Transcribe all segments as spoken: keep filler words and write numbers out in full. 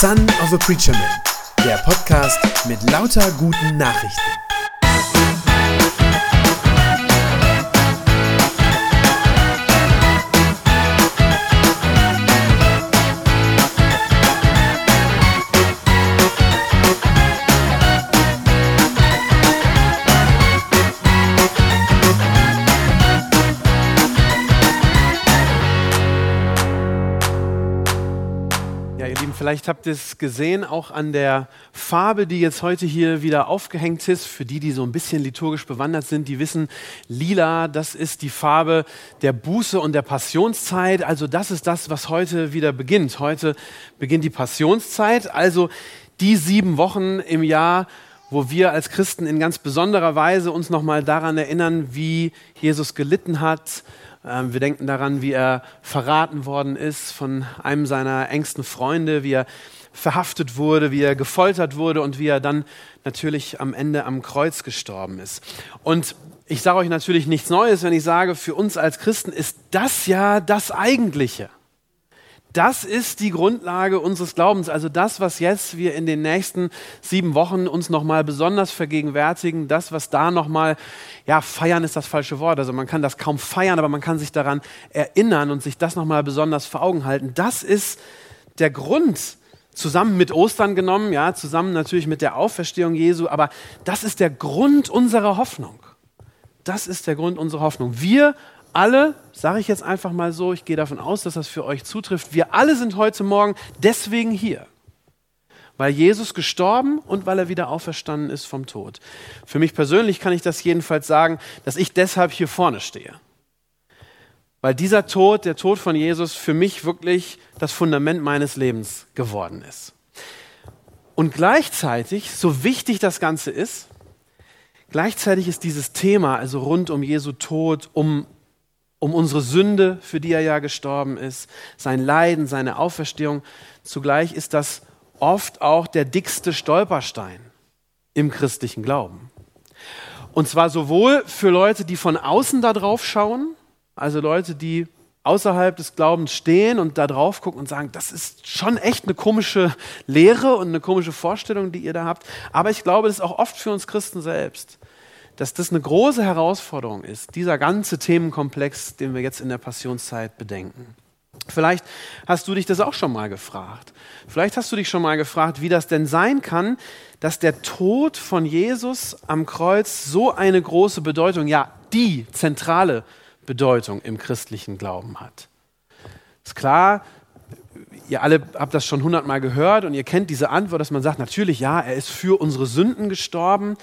Son of a Preacher Man, der Podcast mit lauter guten Nachrichten. Vielleicht habt ihr es gesehen, auch an der Farbe, die jetzt heute hier wieder aufgehängt ist. Für die, die so ein bisschen liturgisch bewandert sind, die wissen, lila, das ist die Farbe der Buße und der Passionszeit. Also das ist das, was heute wieder beginnt. Heute beginnt die Passionszeit, also die sieben Wochen im Jahr, wo wir als Christen in ganz besonderer Weise uns nochmal daran erinnern, wie Jesus gelitten hat. Wir denken daran, wie er verraten worden ist von einem seiner engsten Freunde, wie er verhaftet wurde, wie er gefoltert wurde und wie er dann natürlich am Ende am Kreuz gestorben ist. Und ich sage euch natürlich nichts Neues, wenn ich sage, für uns als Christen ist das ja das Eigentliche. Das ist die Grundlage unseres Glaubens, also das, was jetzt wir in den nächsten sieben Wochen uns nochmal besonders vergegenwärtigen, das, was da nochmal, ja, feiern ist das falsche Wort, also man kann das kaum feiern, aber man kann sich daran erinnern und sich das nochmal besonders vor Augen halten. Das ist der Grund, zusammen mit Ostern genommen, ja, zusammen natürlich mit der Auferstehung Jesu, aber das ist der Grund unserer Hoffnung. Das ist der Grund unserer Hoffnung. Wir alle, sage ich jetzt einfach mal so, ich gehe davon aus, dass das für euch zutrifft, wir alle sind heute Morgen deswegen hier, weil Jesus gestorben und weil er wieder auferstanden ist vom Tod. Für mich persönlich kann ich das jedenfalls sagen, dass ich deshalb hier vorne stehe. Weil dieser Tod, der Tod von Jesus, für mich wirklich das Fundament meines Lebens geworden ist. Und gleichzeitig, so wichtig das Ganze ist, gleichzeitig ist dieses Thema, also rund um Jesu Tod, um um unsere Sünde, für die er ja gestorben ist, sein Leiden, seine Auferstehung. Zugleich ist das oft auch der dickste Stolperstein im christlichen Glauben. Und zwar sowohl für Leute, die von außen da drauf schauen, also Leute, die außerhalb des Glaubens stehen und da drauf gucken und sagen, das ist schon echt eine komische Lehre und eine komische Vorstellung, die ihr da habt. Aber ich glaube, das ist auch oft für uns Christen selbst, dass das eine große Herausforderung ist, dieser ganze Themenkomplex, den wir jetzt in der Passionszeit bedenken. Vielleicht hast du dich das auch schon mal gefragt. Vielleicht hast du dich schon mal gefragt, wie das denn sein kann, dass der Tod von Jesus am Kreuz so eine große Bedeutung, ja, die zentrale Bedeutung im christlichen Glauben hat. Ist klar, ihr alle habt das schon hundertmal gehört und ihr kennt diese Antwort, dass man sagt, natürlich, ja, er ist für unsere Sünden gestorben.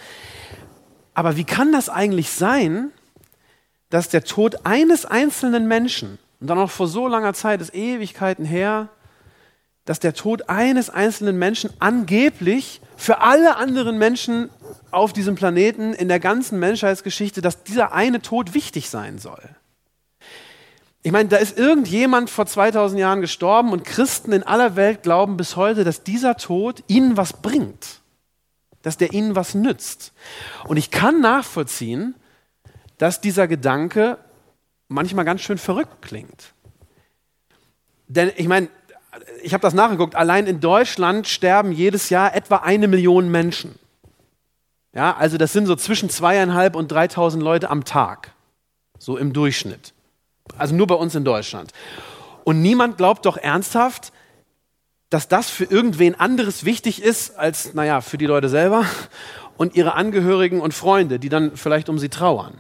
Aber wie kann das eigentlich sein, dass der Tod eines einzelnen Menschen, und dann noch vor so langer Zeit, ist Ewigkeiten her, dass der Tod eines einzelnen Menschen angeblich für alle anderen Menschen auf diesem Planeten, in der ganzen Menschheitsgeschichte, dass dieser eine Tod wichtig sein soll? Ich meine, da ist irgendjemand vor zweitausend Jahren gestorben und Christen in aller Welt glauben bis heute, dass dieser Tod ihnen was bringt. Dass der ihnen was nützt. Und ich kann nachvollziehen, dass dieser Gedanke manchmal ganz schön verrückt klingt. Denn ich meine, ich habe das nachgeguckt, allein in Deutschland sterben jedes Jahr etwa eine Million Menschen. Ja, also das sind so zwischen zweieinhalb und dreitausend Leute am Tag, so im Durchschnitt. Also nur bei uns in Deutschland. Und niemand glaubt doch ernsthaft, dass das für irgendwen anderes wichtig ist als, naja, für die Leute selber und ihre Angehörigen und Freunde, die dann vielleicht um sie trauern.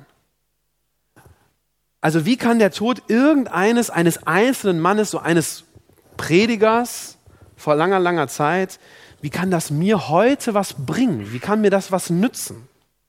Also wie kann der Tod irgendeines, eines einzelnen Mannes, so eines Predigers vor langer, langer Zeit, wie kann das mir heute was bringen? Wie kann mir das was nützen?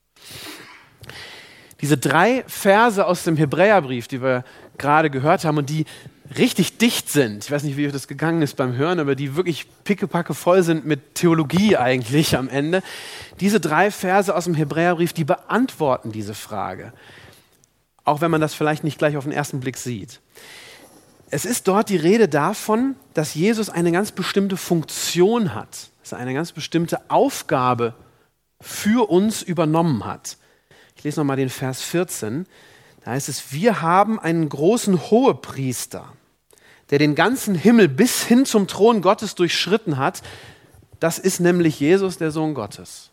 Diese drei Verse aus dem Hebräerbrief, die wir gerade gehört haben und die richtig dicht sind, ich weiß nicht, wie euch das gegangen ist beim Hören, aber die wirklich pickepacke voll sind mit Theologie eigentlich am Ende. Diese drei Verse aus dem Hebräerbrief, die beantworten diese Frage, auch wenn man das vielleicht nicht gleich auf den ersten Blick sieht. Es ist dort die Rede davon, dass Jesus eine ganz bestimmte Funktion hat, dass er eine ganz bestimmte Aufgabe für uns übernommen hat. Ich lese nochmal den Vers vierzehn. Da heißt es, wir haben einen großen Hohepriester, der den ganzen Himmel bis hin zum Thron Gottes durchschritten hat. Das ist nämlich Jesus, der Sohn Gottes.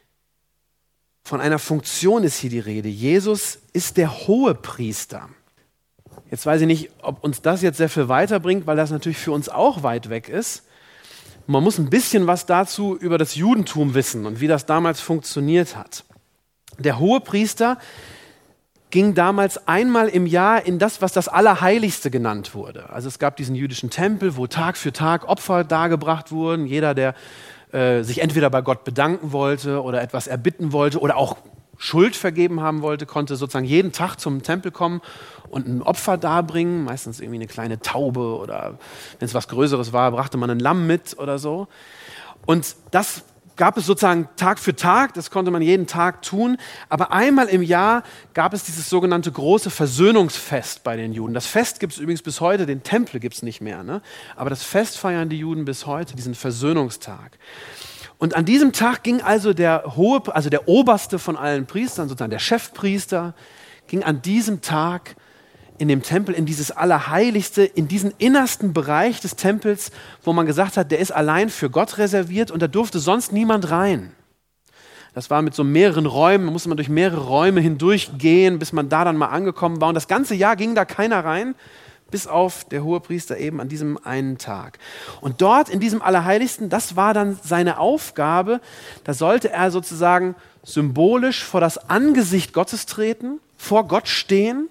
Von einer Funktion ist hier die Rede. Jesus ist der Hohepriester. Jetzt weiß ich nicht, ob uns das jetzt sehr viel weiterbringt, weil das natürlich für uns auch weit weg ist. Man muss ein bisschen was dazu über das Judentum wissen und wie das damals funktioniert hat. Der Hohepriester ging damals einmal im Jahr in das, was das Allerheiligste genannt wurde. Also es gab diesen jüdischen Tempel, wo Tag für Tag Opfer dargebracht wurden. Jeder, der äh, sich entweder bei Gott bedanken wollte oder etwas erbitten wollte oder auch Schuld vergeben haben wollte, konnte sozusagen jeden Tag zum Tempel kommen und ein Opfer darbringen. Meistens irgendwie eine kleine Taube oder wenn es was Größeres war, brachte man ein Lamm mit oder so. Und das gab es sozusagen Tag für Tag, das konnte man jeden Tag tun. Aber einmal im Jahr gab es dieses sogenannte große Versöhnungsfest bei den Juden. Das Fest gibt es übrigens bis heute, den Tempel gibt es nicht mehr. Ne? Aber das Fest feiern die Juden bis heute, diesen Versöhnungstag. Und an diesem Tag ging also der hohe, also der oberste von allen Priestern, sozusagen der Chefpriester, ging an diesem Tag in dem Tempel, in dieses Allerheiligste, in diesen innersten Bereich des Tempels, wo man gesagt hat, der ist allein für Gott reserviert und da durfte sonst niemand rein. Das war mit so mehreren Räumen, da musste man durch mehrere Räume hindurchgehen, bis man da dann mal angekommen war. Und das ganze Jahr ging da keiner rein, bis auf der Hohepriester eben an diesem einen Tag. Und dort in diesem Allerheiligsten, das war dann seine Aufgabe, da sollte er sozusagen symbolisch vor das Angesicht Gottes treten, vor Gott stehen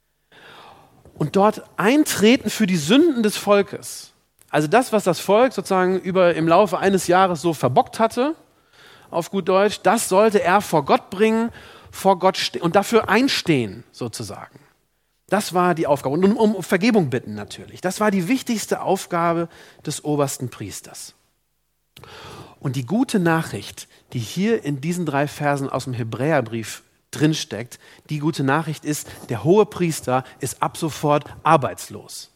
und dort eintreten für die Sünden des Volkes. Also das, was das Volk sozusagen über im Laufe eines Jahres so verbockt hatte, auf gut Deutsch, das sollte er vor Gott bringen, vor Gott stehen und dafür einstehen sozusagen. Das war die Aufgabe. Und um, um Vergebung bitten natürlich. Das war die wichtigste Aufgabe des obersten Priesters. Und die gute Nachricht, die hier in diesen drei Versen aus dem Hebräerbrief drinsteckt, die gute Nachricht ist, der Hohepriester ist ab sofort arbeitslos.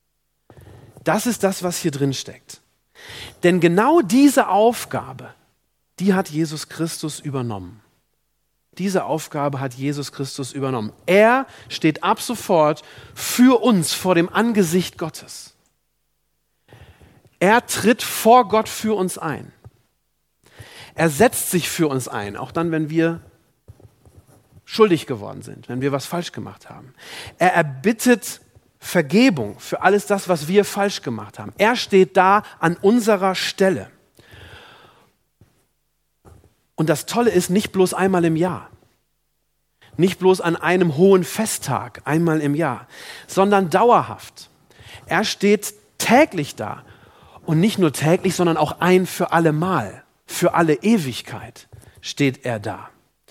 Das ist das, was hier drinsteckt. Denn genau diese Aufgabe, die hat Jesus Christus übernommen. Diese Aufgabe hat Jesus Christus übernommen. Er steht ab sofort für uns vor dem Angesicht Gottes. Er tritt vor Gott für uns ein. Er setzt sich für uns ein, auch dann, wenn wir schuldig geworden sind, wenn wir was falsch gemacht haben. Er erbittet Vergebung für alles das, was wir falsch gemacht haben. Er steht da an unserer Stelle. Und das Tolle ist, nicht bloß einmal im Jahr, nicht bloß an einem hohen Festtag, einmal im Jahr, sondern dauerhaft. Er steht täglich da und nicht nur täglich, sondern auch ein für alle Mal, für alle Ewigkeit steht er da.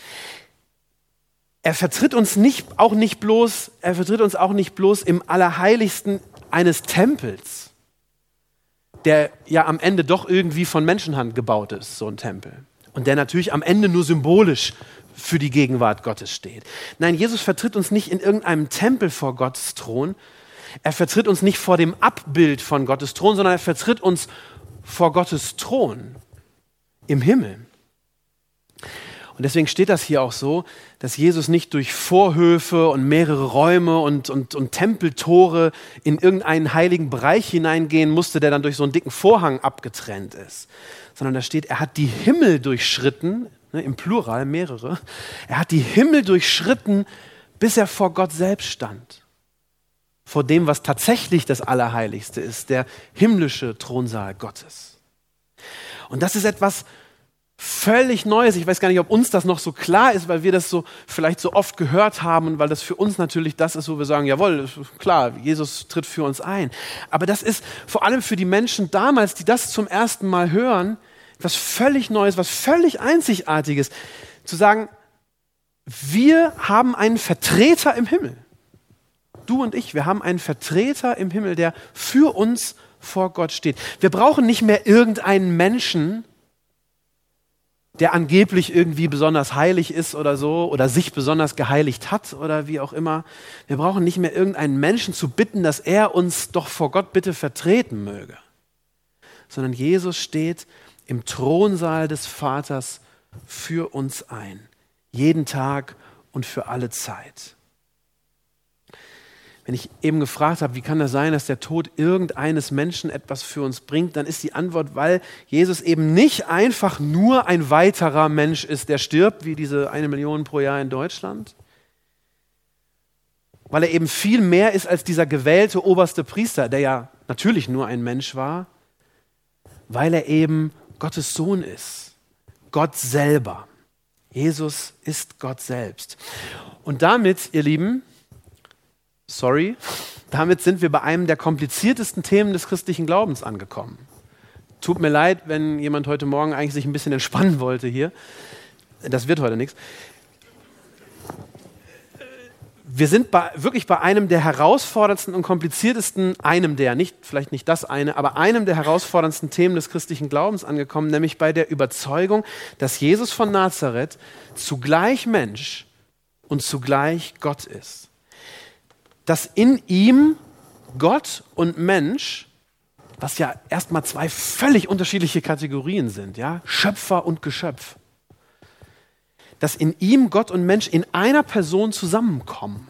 Er vertritt uns nicht, auch nicht bloß, er vertritt uns auch nicht bloß im Allerheiligsten eines Tempels, der ja am Ende doch irgendwie von Menschenhand gebaut ist, so ein Tempel. Und der natürlich am Ende nur symbolisch für die Gegenwart Gottes steht. Nein, Jesus vertritt uns nicht in irgendeinem Tempel vor Gottes Thron. Er vertritt uns nicht vor dem Abbild von Gottes Thron, sondern er vertritt uns vor Gottes Thron im Himmel. Und deswegen steht das hier auch so, dass Jesus nicht durch Vorhöfe und mehrere Räume und, und, und Tempeltore in irgendeinen heiligen Bereich hineingehen musste, der dann durch so einen dicken Vorhang abgetrennt ist. Sondern da steht, er hat die Himmel durchschritten, ne, im Plural mehrere, er hat die Himmel durchschritten, bis er vor Gott selbst stand. Vor dem, was tatsächlich das Allerheiligste ist, der himmlische Thronsaal Gottes. Und das ist etwas völlig Neues. Ich weiß gar nicht, ob uns das noch so klar ist, weil wir das so vielleicht so oft gehört haben und weil das für uns natürlich das ist, wo wir sagen, jawohl, klar, Jesus tritt für uns ein. Aber das ist vor allem für die Menschen damals, die das zum ersten Mal hören, etwas völlig Neues, was völlig Einzigartiges, zu sagen, wir haben einen Vertreter im Himmel. Du und ich, wir haben einen Vertreter im Himmel, der für uns vor Gott steht. Wir brauchen nicht mehr irgendeinen Menschen, der angeblich irgendwie besonders heilig ist oder so oder sich besonders geheiligt hat oder wie auch immer. Wir brauchen nicht mehr irgendeinen Menschen zu bitten, dass er uns doch vor Gott bitte vertreten möge. Sondern Jesus steht im Thronsaal des Vaters für uns ein. Jeden Tag und für alle Zeit. Wenn ich eben gefragt habe, wie kann das sein, dass der Tod irgendeines Menschen etwas für uns bringt, dann ist die Antwort, weil Jesus eben nicht einfach nur ein weiterer Mensch ist, der stirbt, wie diese eine Million pro Jahr in Deutschland. Weil er eben viel mehr ist als dieser gewählte oberste Priester, der ja natürlich nur ein Mensch war, weil er eben Gottes Sohn ist, Gott selber. Jesus ist Gott selbst. Und damit, ihr Lieben, sorry, damit sind wir bei einem der kompliziertesten Themen des christlichen Glaubens angekommen. Tut mir leid, wenn jemand heute Morgen eigentlich sich ein bisschen entspannen wollte hier. Das wird heute nichts. Wir sind bei, wirklich bei einem der herausforderndsten und kompliziertesten, einem der, nicht, vielleicht nicht das eine, aber einem der herausforderndsten Themen des christlichen Glaubens angekommen, nämlich bei der Überzeugung, dass Jesus von Nazareth zugleich Mensch und zugleich Gott ist. Dass in ihm Gott und Mensch, was ja erstmal zwei völlig unterschiedliche Kategorien sind, ja, Schöpfer und Geschöpf, dass in ihm Gott und Mensch in einer Person zusammenkommen.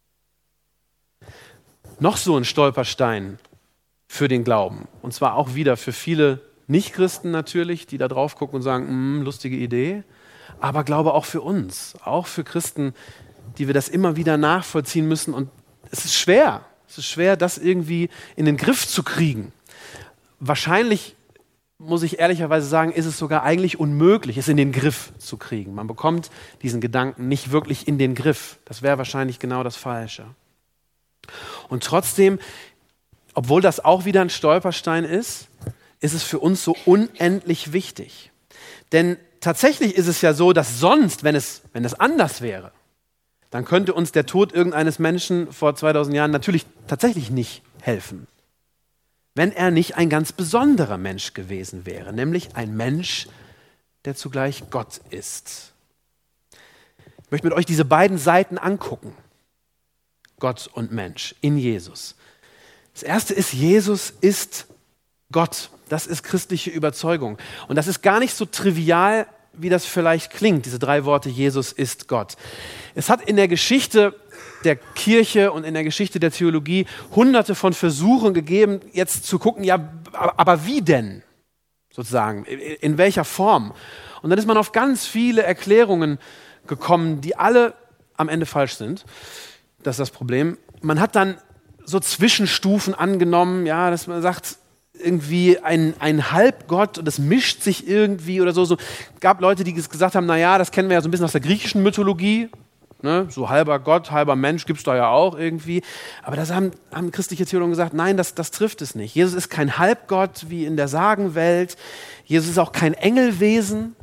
Noch so ein Stolperstein für den Glauben. Und zwar auch wieder für viele Nichtchristen natürlich, die da drauf gucken und sagen, lustige Idee. Aber Glaube auch für uns, auch für Christen, die wir das immer wieder nachvollziehen müssen. Und es ist schwer, es ist schwer, das irgendwie in den Griff zu kriegen. Wahrscheinlich, muss ich ehrlicherweise sagen, ist es sogar eigentlich unmöglich, es in den Griff zu kriegen. Man bekommt diesen Gedanken nicht wirklich in den Griff. Das wäre wahrscheinlich genau das Falsche. Und trotzdem, obwohl das auch wieder ein Stolperstein ist, ist es für uns so unendlich wichtig. Denn tatsächlich ist es ja so, dass sonst, wenn es, wenn es anders wäre, dann könnte uns der Tod irgendeines Menschen vor zweitausend Jahren natürlich tatsächlich nicht helfen. Wenn er nicht ein ganz besonderer Mensch gewesen wäre, nämlich ein Mensch, der zugleich Gott ist. Ich möchte mit euch diese beiden Seiten angucken. Gott und Mensch in Jesus. Das erste ist, Jesus ist Gott. Das ist christliche Überzeugung. Und das ist gar nicht so trivial, wie das vielleicht klingt, diese drei Worte, Jesus ist Gott. Es hat in der Geschichte der Kirche und in der Geschichte der Theologie hunderte von Versuchen gegeben, jetzt zu gucken, ja, aber wie denn? Sozusagen, in welcher Form? Und dann ist man auf ganz viele Erklärungen gekommen, die alle am Ende falsch sind. Das ist das Problem. Man hat dann so Zwischenstufen angenommen, ja, dass man sagt, irgendwie ein, ein Halbgott und das mischt sich irgendwie oder so. Es gab Leute, die gesagt haben, naja, das kennen wir ja so ein bisschen aus der griechischen Mythologie. Ne? So halber Gott, halber Mensch gibt es da ja auch irgendwie. Aber das haben, haben christliche Theologen gesagt, nein, das, das trifft es nicht. Jesus ist kein Halbgott wie in der Sagenwelt. Jesus ist auch kein Engelwesen.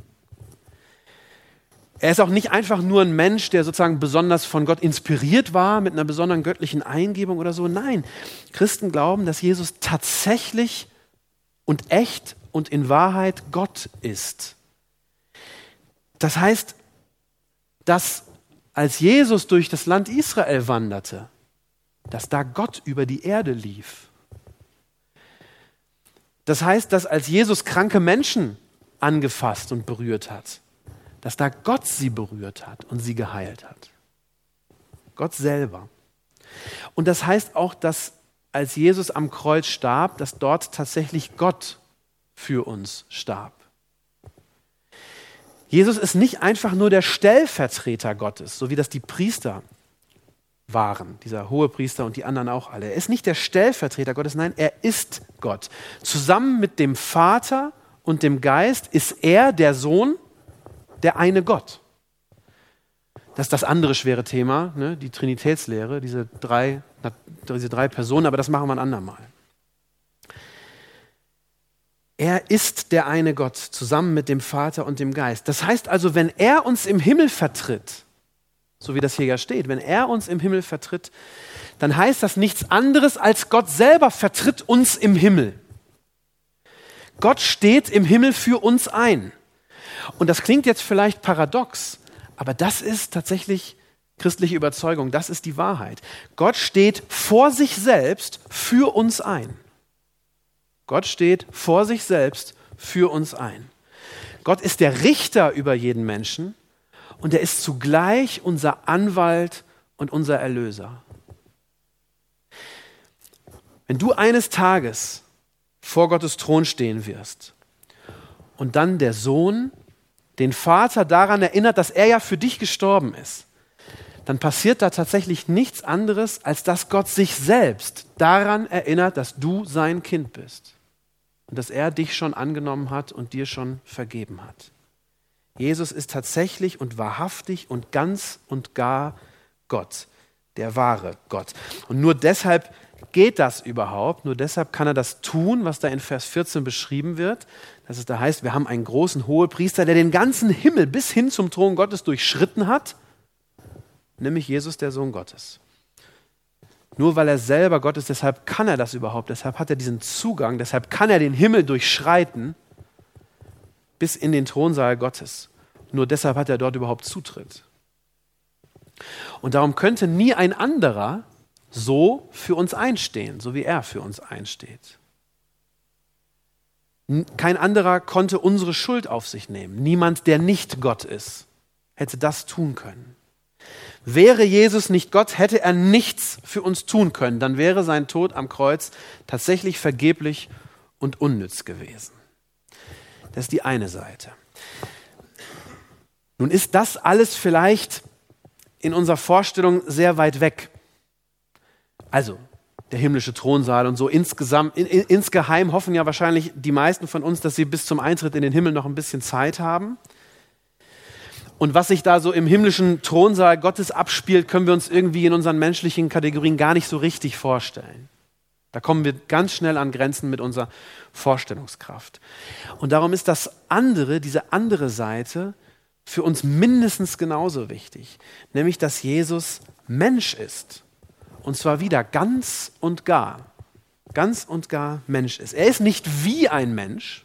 Er ist auch nicht einfach nur ein Mensch, der sozusagen besonders von Gott inspiriert war, mit einer besonderen göttlichen Eingebung oder so. Nein, Christen glauben, dass Jesus tatsächlich und echt und in Wahrheit Gott ist. Das heißt, dass als Jesus durch das Land Israel wanderte, dass da Gott über die Erde lief. Das heißt, dass als Jesus kranke Menschen angefasst und berührt hat, dass da Gott sie berührt hat und sie geheilt hat. Gott selber. Und das heißt auch, dass als Jesus am Kreuz starb, dass dort tatsächlich Gott für uns starb. Jesus ist nicht einfach nur der Stellvertreter Gottes, so wie das die Priester waren, dieser Hohepriester und die anderen auch alle. Er ist nicht der Stellvertreter Gottes, nein, er ist Gott. Zusammen mit dem Vater und dem Geist ist er, der Sohn, der eine Gott. Das ist das andere schwere Thema, ne? Die Trinitätslehre, diese drei, diese drei Personen, aber das machen wir ein andermal. Er ist der eine Gott, zusammen mit dem Vater und dem Geist. Das heißt also, wenn er uns im Himmel vertritt, so wie das hier ja steht, wenn er uns im Himmel vertritt, dann heißt das nichts anderes, als Gott selber vertritt uns im Himmel. Gott steht im Himmel für uns ein. Und das klingt jetzt vielleicht paradox, aber das ist tatsächlich christliche Überzeugung, das ist die Wahrheit. Gott steht vor sich selbst für uns ein. Gott steht vor sich selbst für uns ein. Gott ist der Richter über jeden Menschen und er ist zugleich unser Anwalt und unser Erlöser. Wenn du eines Tages vor Gottes Thron stehen wirst und dann der Sohn den Vater daran erinnert, dass er ja für dich gestorben ist, dann passiert da tatsächlich nichts anderes, als dass Gott sich selbst daran erinnert, dass du sein Kind bist und dass er dich schon angenommen hat und dir schon vergeben hat. Jesus ist tatsächlich und wahrhaftig und ganz und gar Gott, der wahre Gott. Und nur deshalb geht das überhaupt, nur deshalb kann er das tun, was da in Vers vierzehn beschrieben wird, dass es da heißt, wir haben einen großen Hohepriester, der den ganzen Himmel bis hin zum Thron Gottes durchschritten hat, nämlich Jesus, der Sohn Gottes. Nur weil er selber Gott ist, deshalb kann er das überhaupt, deshalb hat er diesen Zugang, deshalb kann er den Himmel durchschreiten bis in den Thronsaal Gottes. Nur deshalb hat er dort überhaupt Zutritt. Und darum könnte nie ein anderer so für uns einstehen, so wie er für uns einsteht. Kein anderer konnte unsere Schuld auf sich nehmen. Niemand, der nicht Gott ist, hätte das tun können. Wäre Jesus nicht Gott, hätte er nichts für uns tun können. Dann wäre sein Tod am Kreuz tatsächlich vergeblich und unnütz gewesen. Das ist die eine Seite. Nun ist das alles vielleicht in unserer Vorstellung sehr weit weg. Also der himmlische Thronsaal und so insgesamt, in, in, insgeheim hoffen ja wahrscheinlich die meisten von uns, dass sie bis zum Eintritt in den Himmel noch ein bisschen Zeit haben. Und was sich da so im himmlischen Thronsaal Gottes abspielt, können wir uns irgendwie in unseren menschlichen Kategorien gar nicht so richtig vorstellen. Da kommen wir ganz schnell an Grenzen mit unserer Vorstellungskraft. Und darum ist das andere, diese andere Seite, für uns mindestens genauso wichtig. Nämlich, dass Jesus Mensch ist. Und zwar wieder ganz und gar. Ganz und gar Mensch ist. Er ist nicht wie ein Mensch.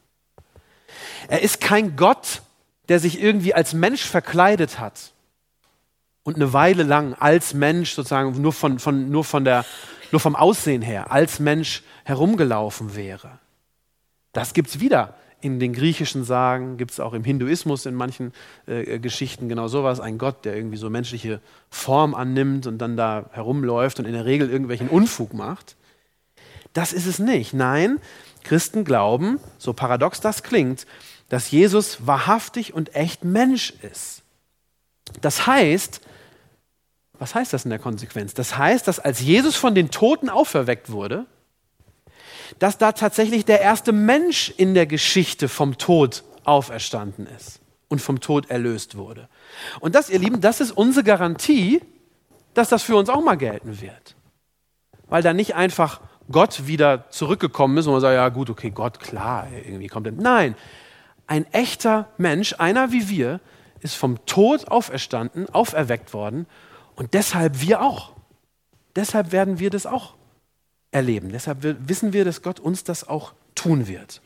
Er ist kein Gott, der sich irgendwie als Mensch verkleidet hat und eine Weile lang als Mensch sozusagen nur, von, von, nur, von der, nur vom Aussehen her als Mensch herumgelaufen wäre. Das gibt es wieder in den griechischen Sagen, gibt es auch im Hinduismus in manchen äh, Geschichten genau sowas. Ein Gott, der irgendwie so menschliche Form annimmt und dann da herumläuft und in der Regel irgendwelchen Unfug macht. Das ist es nicht. Nein, Christen glauben, so paradox das klingt, dass Jesus wahrhaftig und echt Mensch ist. Das heißt, was heißt das in der Konsequenz? Das heißt, dass als Jesus von den Toten auferweckt wurde, dass da tatsächlich der erste Mensch in der Geschichte vom Tod auferstanden ist und vom Tod erlöst wurde. Und das, ihr Lieben, das ist unsere Garantie, dass das für uns auch mal gelten wird. Weil da nicht einfach Gott wieder zurückgekommen ist und man sagt, ja gut, okay, Gott, klar, irgendwie kommt er. Nein, ein echter Mensch, einer wie wir, ist vom Tod auferstanden, auferweckt worden und deshalb wir auch. Deshalb werden wir das auch erleben. Deshalb wissen wir, dass Gott uns das auch tun wird.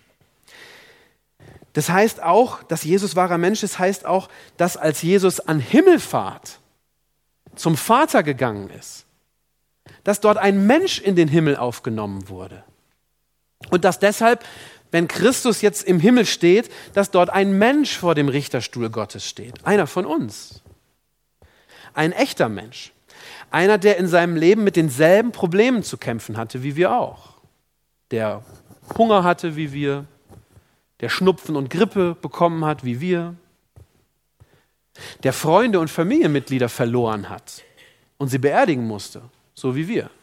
Das heißt auch, dass Jesus wahrer Mensch ist, heißt auch, dass als Jesus an Himmelfahrt zum Vater gegangen ist, dass dort ein Mensch in den Himmel aufgenommen wurde. Und dass deshalb, wenn Christus jetzt im Himmel steht, dass dort ein Mensch vor dem Richterstuhl Gottes steht. Einer von uns. Ein echter Mensch. Einer, der in seinem Leben mit denselben Problemen zu kämpfen hatte, wie wir auch. Der Hunger hatte, wie wir. Der Schnupfen und Grippe bekommen hat, wie wir. Der Freunde und Familienmitglieder verloren hat und sie beerdigen musste, so wie wir.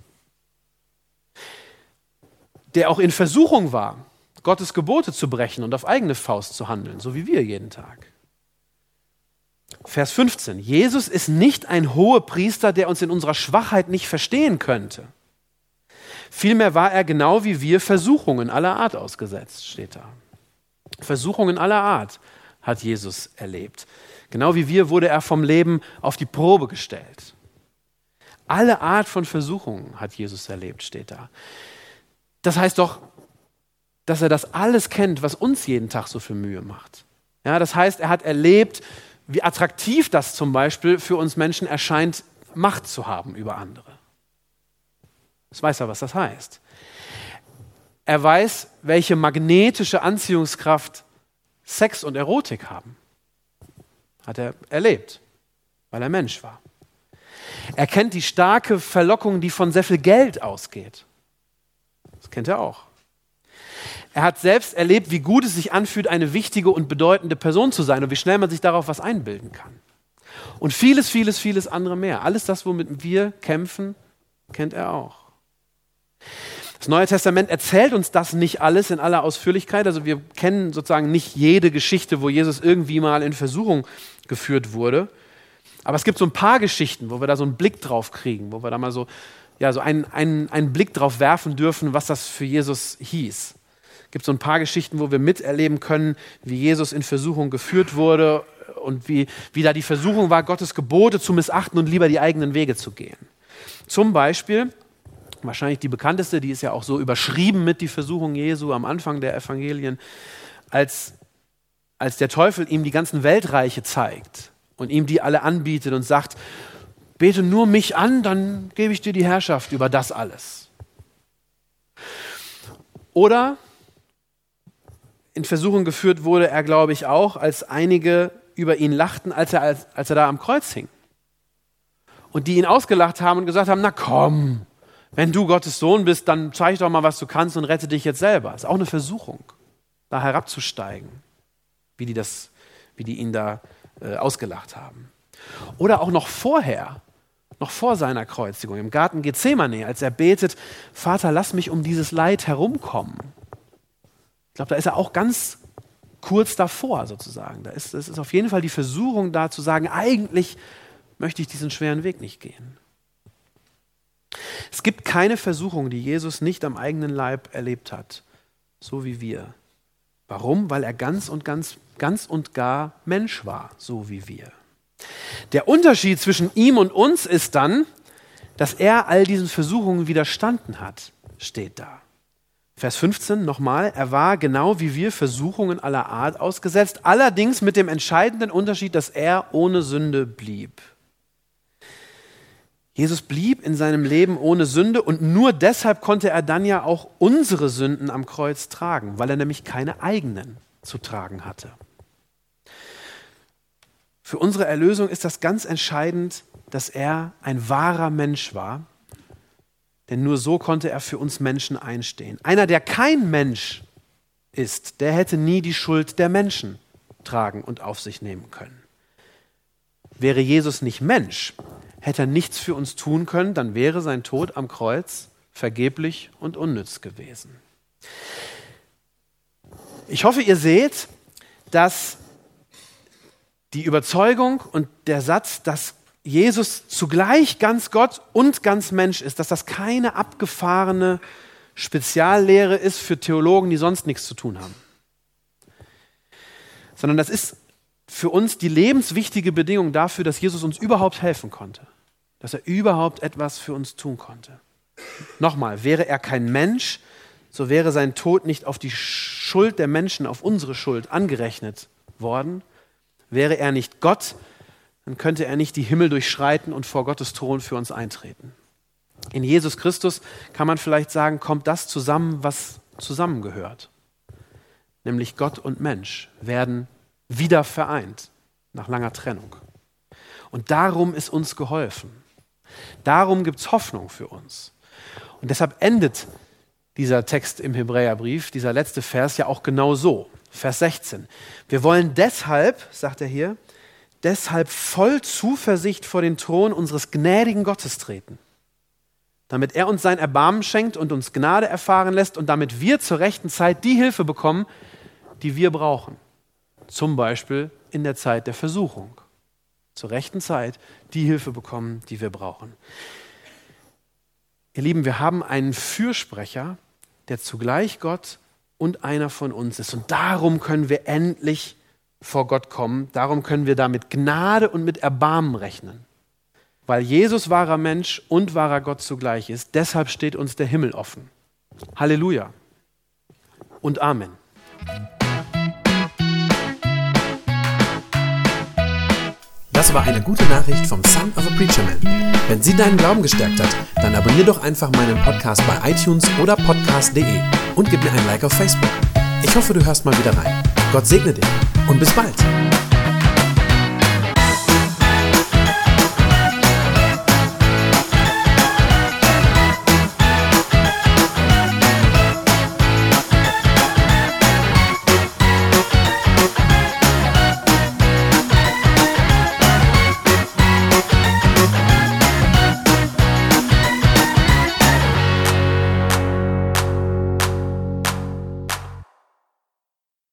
Der auch in Versuchung war, Gottes Gebote zu brechen und auf eigene Faust zu handeln, so wie wir jeden Tag. Vers fünfzehn. Jesus ist nicht ein Hohepriester, der uns in unserer Schwachheit nicht verstehen könnte. Vielmehr war er genau wie wir Versuchungen aller Art ausgesetzt, steht da. Versuchungen aller Art hat Jesus erlebt. Genau wie wir wurde er vom Leben auf die Probe gestellt. Alle Art von Versuchungen hat Jesus erlebt, steht da. Das heißt doch, dass er das alles kennt, was uns jeden Tag so viel Mühe macht. Ja, das heißt, er hat erlebt, wie attraktiv das zum Beispiel für uns Menschen erscheint, Macht zu haben über andere. Das weiß er, was das heißt. Er weiß, welche magnetische Anziehungskraft Sex und Erotik haben. Hat er erlebt, weil er Mensch war. Er kennt die starke Verlockung, die von sehr viel Geld ausgeht. Kennt ihr auch. Er hat selbst erlebt, wie gut es sich anfühlt, eine wichtige und bedeutende Person zu sein und wie schnell man sich darauf was einbilden kann. Und vieles, vieles, vieles andere mehr. Alles das, womit wir kämpfen, kennt er auch. Das Neue Testament erzählt uns das nicht alles in aller Ausführlichkeit. Also wir kennen sozusagen nicht jede Geschichte, wo Jesus irgendwie mal in Versuchung geführt wurde. Aber es gibt so ein paar Geschichten, wo wir da so einen Blick drauf kriegen, wo wir da mal so, ja, so einen, einen, einen Blick drauf werfen dürfen, was das für Jesus hieß. Es gibt so ein paar Geschichten, wo wir miterleben können, wie Jesus in Versuchung geführt wurde und wie, wie da die Versuchung war, Gottes Gebote zu missachten und lieber die eigenen Wege zu gehen. Zum Beispiel, wahrscheinlich die bekannteste, die ist ja auch so überschrieben mit die Versuchung Jesu am Anfang der Evangelien, als, als der Teufel ihm die ganzen Weltreiche zeigt und ihm die alle anbietet und sagt, bete nur mich an, dann gebe ich dir die Herrschaft über das alles. Oder in Versuchung geführt wurde er, glaube ich, auch, als einige über ihn lachten, als er, als, als er da am Kreuz hing. Und die ihn ausgelacht haben und gesagt haben, na komm, wenn du Gottes Sohn bist, dann zeig doch mal, was du kannst und rette dich jetzt selber. Das ist auch eine Versuchung, da herabzusteigen, wie die, das, wie die ihn da äh, ausgelacht haben. Oder auch noch vorher, noch vor seiner Kreuzigung, im Garten Gethsemane, als er betet, Vater, lass mich um dieses Leid herumkommen. Ich glaube, da ist er auch ganz kurz davor sozusagen. Da ist, es ist auf jeden Fall die Versuchung da zu sagen, eigentlich möchte ich diesen schweren Weg nicht gehen. Es gibt keine Versuchung, die Jesus nicht am eigenen Leib erlebt hat, so wie wir. Warum? Weil er ganz und ganz, ganz und gar Mensch war, so wie wir. Der Unterschied zwischen ihm und uns ist dann, dass er all diesen Versuchungen widerstanden hat, steht da. Vers fünfzehn nochmal, er war genau wie wir Versuchungen aller Art ausgesetzt, allerdings mit dem entscheidenden Unterschied, dass er ohne Sünde blieb. Jesus blieb in seinem Leben ohne Sünde und nur deshalb konnte er dann ja auch unsere Sünden am Kreuz tragen, weil er nämlich keine eigenen zu tragen hatte. Für unsere Erlösung ist das ganz entscheidend, dass er ein wahrer Mensch war, denn nur so konnte er für uns Menschen einstehen. Einer, der kein Mensch ist, der hätte nie die Schuld der Menschen tragen und auf sich nehmen können. Wäre Jesus nicht Mensch, hätte er nichts für uns tun können, dann wäre sein Tod am Kreuz vergeblich und unnütz gewesen. Ich hoffe, ihr seht, dass die Überzeugung und der Satz, dass Jesus zugleich ganz Gott und ganz Mensch ist, dass das keine abgefahrene Speziallehre ist für Theologen, die sonst nichts zu tun haben. Sondern das ist für uns die lebenswichtige Bedingung dafür, dass Jesus uns überhaupt helfen konnte. Dass er überhaupt etwas für uns tun konnte. Nochmal, wäre er kein Mensch, so wäre sein Tod nicht auf die Schuld der Menschen, auf unsere Schuld angerechnet worden. Wäre er nicht Gott, dann könnte er nicht die Himmel durchschreiten und vor Gottes Thron für uns eintreten. In Jesus Christus kann man vielleicht sagen, kommt das zusammen, was zusammengehört. Nämlich Gott und Mensch werden wieder vereint nach langer Trennung. Und darum ist uns geholfen. Darum gibt es Hoffnung für uns. Und deshalb endet dieser Text im Hebräerbrief, dieser letzte Vers, ja auch genau so. Vers sechzehn. Wir wollen deshalb, sagt er hier, deshalb voll Zuversicht vor den Thron unseres gnädigen Gottes treten, damit er uns sein Erbarmen schenkt und uns Gnade erfahren lässt und damit wir zur rechten Zeit die Hilfe bekommen, die wir brauchen. Zum Beispiel in der Zeit der Versuchung. Zur rechten Zeit die Hilfe bekommen, die wir brauchen. Ihr Lieben, wir haben einen Fürsprecher, der zugleich Gott und einer von uns ist. Und darum können wir endlich vor Gott kommen. Darum können wir da mit Gnade und mit Erbarmen rechnen. Weil Jesus wahrer Mensch und wahrer Gott zugleich ist. Deshalb steht uns der Himmel offen. Halleluja und Amen. Das war eine gute Nachricht vom Son of a Preacher Man. Wenn sie deinen Glauben gestärkt hat, dann abonniere doch einfach meinen Podcast bei iTunes oder podcast punkt de und gib mir ein Like auf Facebook. Ich hoffe, du hörst mal wieder rein. Gott segne dich und bis bald.